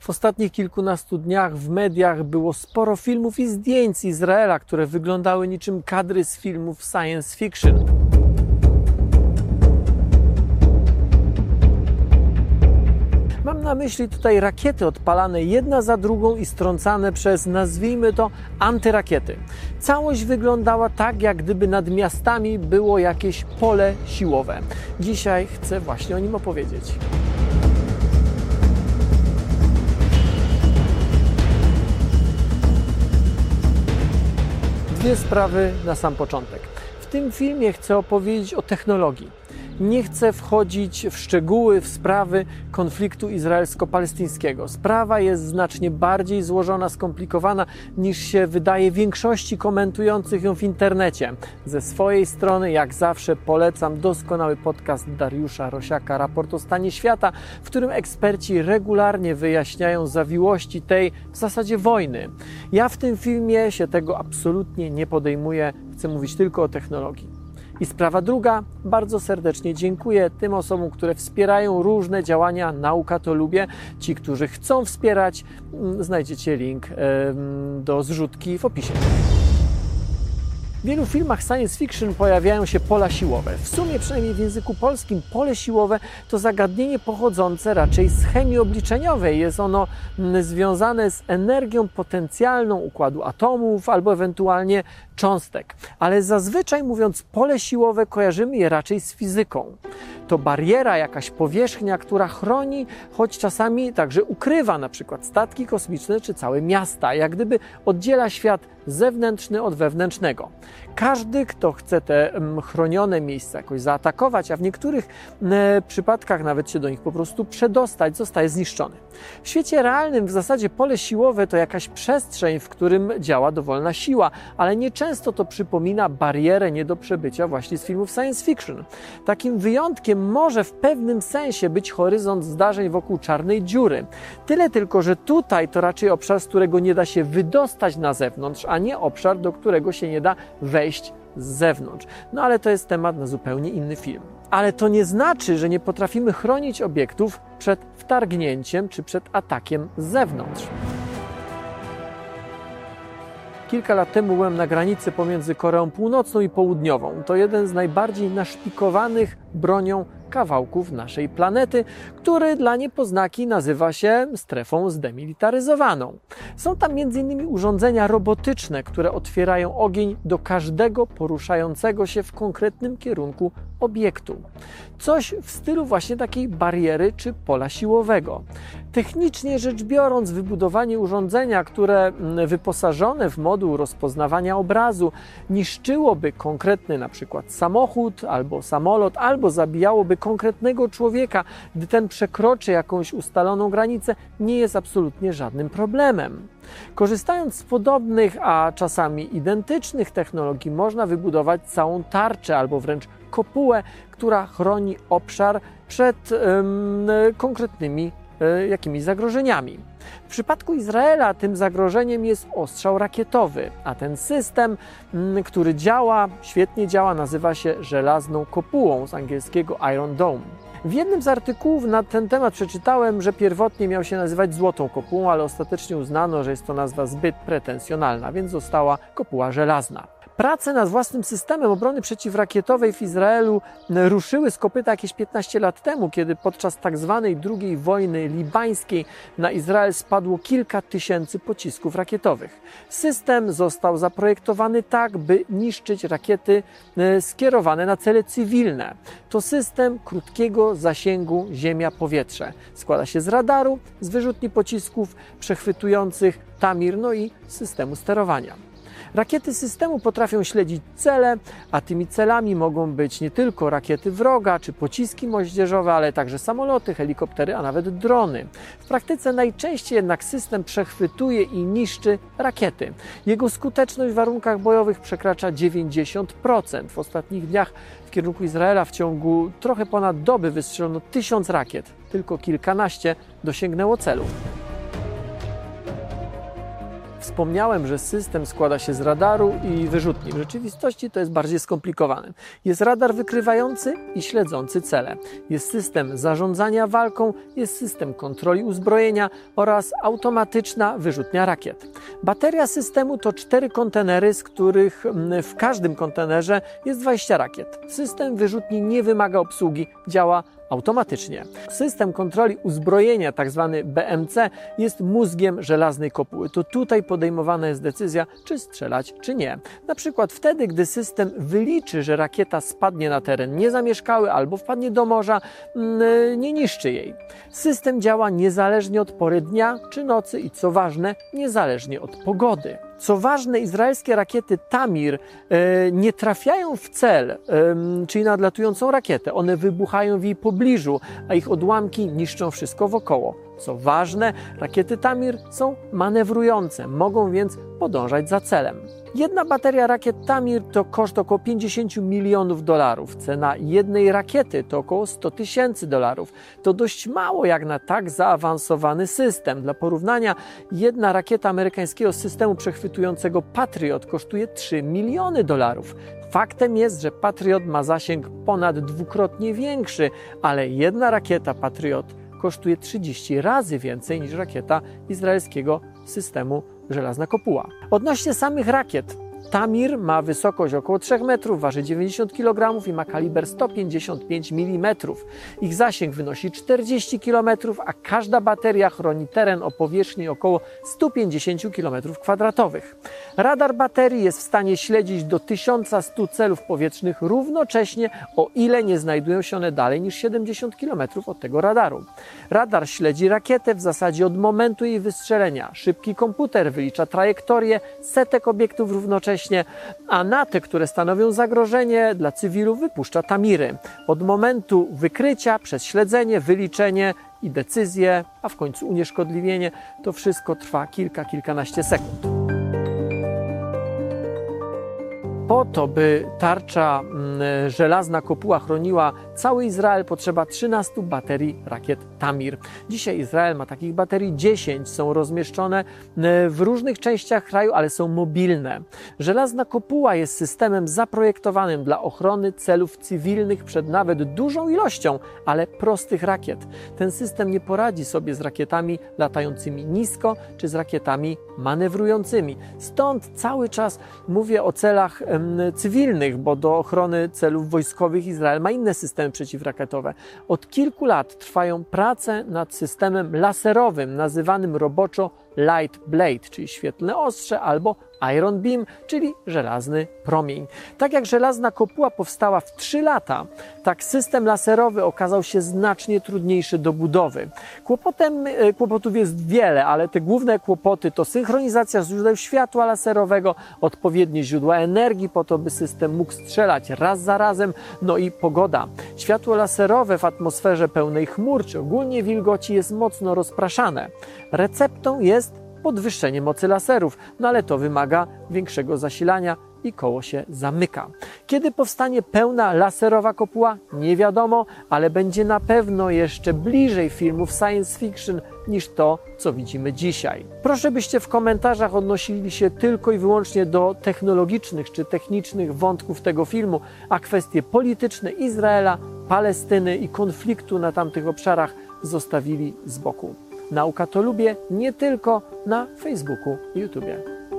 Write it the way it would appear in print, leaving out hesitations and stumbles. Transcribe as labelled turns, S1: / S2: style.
S1: W ostatnich kilkunastu dniach w mediach było sporo filmów i zdjęć z Izraela, które wyglądały niczym kadry z filmów science fiction. Mam na myśli tutaj rakiety odpalane jedna za drugą i strącane przez, nazwijmy to, antyrakiety. Całość wyglądała tak, jak gdyby nad miastami było jakieś pole siłowe. Dzisiaj chcę właśnie o nim opowiedzieć. Dwie sprawy na sam początek. W tym filmie chcę opowiedzieć o technologii. Nie chcę wchodzić w szczegóły, w sprawy konfliktu izraelsko-palestyńskiego. Sprawa jest znacznie bardziej złożona, skomplikowana niż się wydaje większości komentujących ją w internecie. Ze swojej strony, jak zawsze, polecam doskonały podcast Dariusza Rosiaka, Raport o stanie świata, w którym eksperci regularnie wyjaśniają zawiłości tej w zasadzie wojny. Ja w tym filmie się tego absolutnie nie podejmuję, chcę mówić tylko o technologii. I sprawa druga, bardzo serdecznie dziękuję tym osobom, które wspierają różne działania Nauka to Lubię. Ci, którzy chcą wspierać, znajdziecie link do zrzutki w opisie. W wielu filmach science fiction pojawiają się pola siłowe. W sumie, przynajmniej w języku polskim, pole siłowe to zagadnienie pochodzące raczej z chemii obliczeniowej. Jest ono związane z energią potencjalną układu atomów albo ewentualnie cząstek. Ale zazwyczaj, mówiąc pole siłowe, kojarzymy je raczej z fizyką. To bariera, jakaś powierzchnia, która chroni, choć czasami także ukrywa na przykład statki kosmiczne czy całe miasta, jak gdyby oddziela świat zewnętrzny od wewnętrznego. Każdy, kto chce te chronione miejsca jakoś zaatakować, a w niektórych przypadkach nawet się do nich po prostu przedostać, zostaje zniszczony. W świecie realnym w zasadzie pole siłowe to jakaś przestrzeń, w którym działa dowolna siła, ale nieczęsto to przypomina barierę nie do przebycia właśnie z filmów science fiction. Takim wyjątkiem może w pewnym sensie być horyzont zdarzeń wokół czarnej dziury. Tyle tylko, że tutaj to raczej obszar, z którego nie da się wydostać na zewnątrz, a nie obszar, do którego się nie da wejść z zewnątrz. No ale to jest temat na zupełnie inny film. Ale to nie znaczy, że nie potrafimy chronić obiektów przed wtargnięciem czy przed atakiem z zewnątrz. Kilka lat temu byłem na granicy pomiędzy Koreą Północną i Południową. To jeden z najbardziej naszpikowanych bronią kawałków naszej planety, który dla niepoznaki nazywa się strefą zdemilitaryzowaną. Są tam m.in. urządzenia robotyczne, które otwierają ogień do każdego poruszającego się w konkretnym kierunku obiektu. Coś w stylu właśnie takiej bariery czy pola siłowego. Technicznie rzecz biorąc, wybudowanie urządzenia, które wyposażone w moduł rozpoznawania obrazu niszczyłoby konkretny na przykład samochód albo samolot, albo zabijałoby konkretnego człowieka, gdy ten przekroczy jakąś ustaloną granicę, nie jest absolutnie żadnym problemem. Korzystając z podobnych, a czasami identycznych technologii, można wybudować całą tarczę albo wręcz kopułę, która chroni obszar przed konkretnymi jakimiś zagrożeniami. W przypadku Izraela tym zagrożeniem jest ostrzał rakietowy, a ten system, który świetnie działa, nazywa się żelazną kopułą, z angielskiego Iron Dome. W jednym z artykułów na ten temat przeczytałem, że pierwotnie miał się nazywać złotą kopułą, ale ostatecznie uznano, że jest to nazwa zbyt pretensjonalna, więc została kopuła żelazna. Prace nad własnym systemem obrony przeciwrakietowej w Izraelu ruszyły z kopyta jakieś 15 lat temu, kiedy podczas tzw. II wojny libańskiej na Izrael spadło kilka tysięcy pocisków rakietowych. System został zaprojektowany tak, by niszczyć rakiety skierowane na cele cywilne. To system krótkiego zasięgu ziemia-powietrze. Składa się z radaru, z wyrzutni pocisków przechwytujących Tamir, no i systemu sterowania. Rakiety systemu potrafią śledzić cele, a tymi celami mogą być nie tylko rakiety wroga czy pociski moździerzowe, ale także samoloty, helikoptery, a nawet drony. W praktyce najczęściej jednak system przechwytuje i niszczy rakiety. Jego skuteczność w warunkach bojowych przekracza 90%. W ostatnich dniach w kierunku Izraela w ciągu trochę ponad doby wystrzelono 1000 rakiet. Tylko kilkanaście dosięgnęło celu. Wspomniałem, że system składa się z radaru i wyrzutni. W rzeczywistości to jest bardziej skomplikowane. Jest radar wykrywający i śledzący cele. Jest system zarządzania walką, jest system kontroli uzbrojenia oraz automatyczna wyrzutnia rakiet. Bateria systemu to 4 kontenery, z których w każdym kontenerze jest 20 rakiet. System wyrzutni nie wymaga obsługi, działa automatycznie. System kontroli uzbrojenia, tzw. BMC, jest mózgiem żelaznej kopuły. To tutaj podejmowana jest decyzja, czy strzelać, czy nie. Na przykład wtedy, gdy system wyliczy, że rakieta spadnie na teren niezamieszkały albo wpadnie do morza, nie niszczy jej. System działa niezależnie od pory dnia czy nocy i co ważne, niezależnie od pogody. Co ważne, izraelskie rakiety Tamir nie trafiają w cel, czyli nadlatującą rakietę. One wybuchają w jej pobliżu, a ich odłamki niszczą wszystko wokoło. Co ważne, rakiety Tamir są manewrujące, mogą więc podążać za celem. Jedna bateria rakiet Tamir to koszt około $50 milionów. Cena jednej rakiety to około $100 000. To dość mało jak na tak zaawansowany system. Dla porównania, jedna rakieta amerykańskiego systemu przechwytującego Patriot kosztuje $3 miliony. Faktem jest, że Patriot ma zasięg ponad dwukrotnie większy, ale jedna rakieta Patriot kosztuje 30 razy więcej niż rakieta izraelskiego systemu Żelazna Kopuła. Odnośnie samych rakiet, Tamir ma wysokość około 3 metrów, waży 90 kg i ma kaliber 155 mm. Ich zasięg wynosi 40 km, a każda bateria chroni teren o powierzchni około 150 km². Radar baterii jest w stanie śledzić do 1100 celów powietrznych równocześnie, o ile nie znajdują się one dalej niż 70 km od tego radaru. Radar śledzi rakietę w zasadzie od momentu jej wystrzelenia. Szybki komputer wylicza trajektorię setek obiektów równocześnie, a na te, które stanowią zagrożenie dla cywilów, wypuszcza Tamiry. Od momentu wykrycia, przez śledzenie, wyliczenie i decyzję, a w końcu unieszkodliwienie, to wszystko trwa kilkanaście sekund. Po to, by tarcza Żelazna Kopuła chroniła cały Izrael, potrzeba 13 baterii rakiet Tamir. Dzisiaj Izrael ma takich baterii 10, są rozmieszczone w różnych częściach kraju, ale są mobilne. Żelazna Kopuła jest systemem zaprojektowanym dla ochrony celów cywilnych przed nawet dużą ilością, ale prostych rakiet. Ten system nie poradzi sobie z rakietami latającymi nisko, czy z rakietami manewrującymi. Stąd cały czas mówię o celach cywilnych, bo do ochrony celów wojskowych Izrael ma inne systemy przeciwrakietowe. Od kilku lat trwają prace nad systemem laserowym, nazywanym roboczo Light Blade, czyli świetlne ostrze, albo Iron Beam, czyli żelazny promień. Tak jak Żelazna Kopuła powstała w 3 lata, tak system laserowy okazał się znacznie trudniejszy do budowy. Kłopotów jest wiele, ale te główne kłopoty to synchronizacja źródeł światła laserowego, odpowiednie źródła energii po to, by system mógł strzelać raz za razem, no i pogoda. Światło laserowe w atmosferze pełnej chmur czy ogólnie wilgoci jest mocno rozpraszane. Receptą jest podwyższenie mocy laserów, no ale to wymaga większego zasilania i koło się zamyka. Kiedy powstanie pełna laserowa kopuła? Nie wiadomo, ale będzie na pewno jeszcze bliżej filmów science fiction niż to, co widzimy dzisiaj. Proszę, byście w komentarzach odnosili się tylko i wyłącznie do technologicznych czy technicznych wątków tego filmu, a kwestie polityczne Izraela, Palestyny i konfliktu na tamtych obszarach zostawili z boku. Nauka to lubię nie tylko na Facebooku i YouTubie.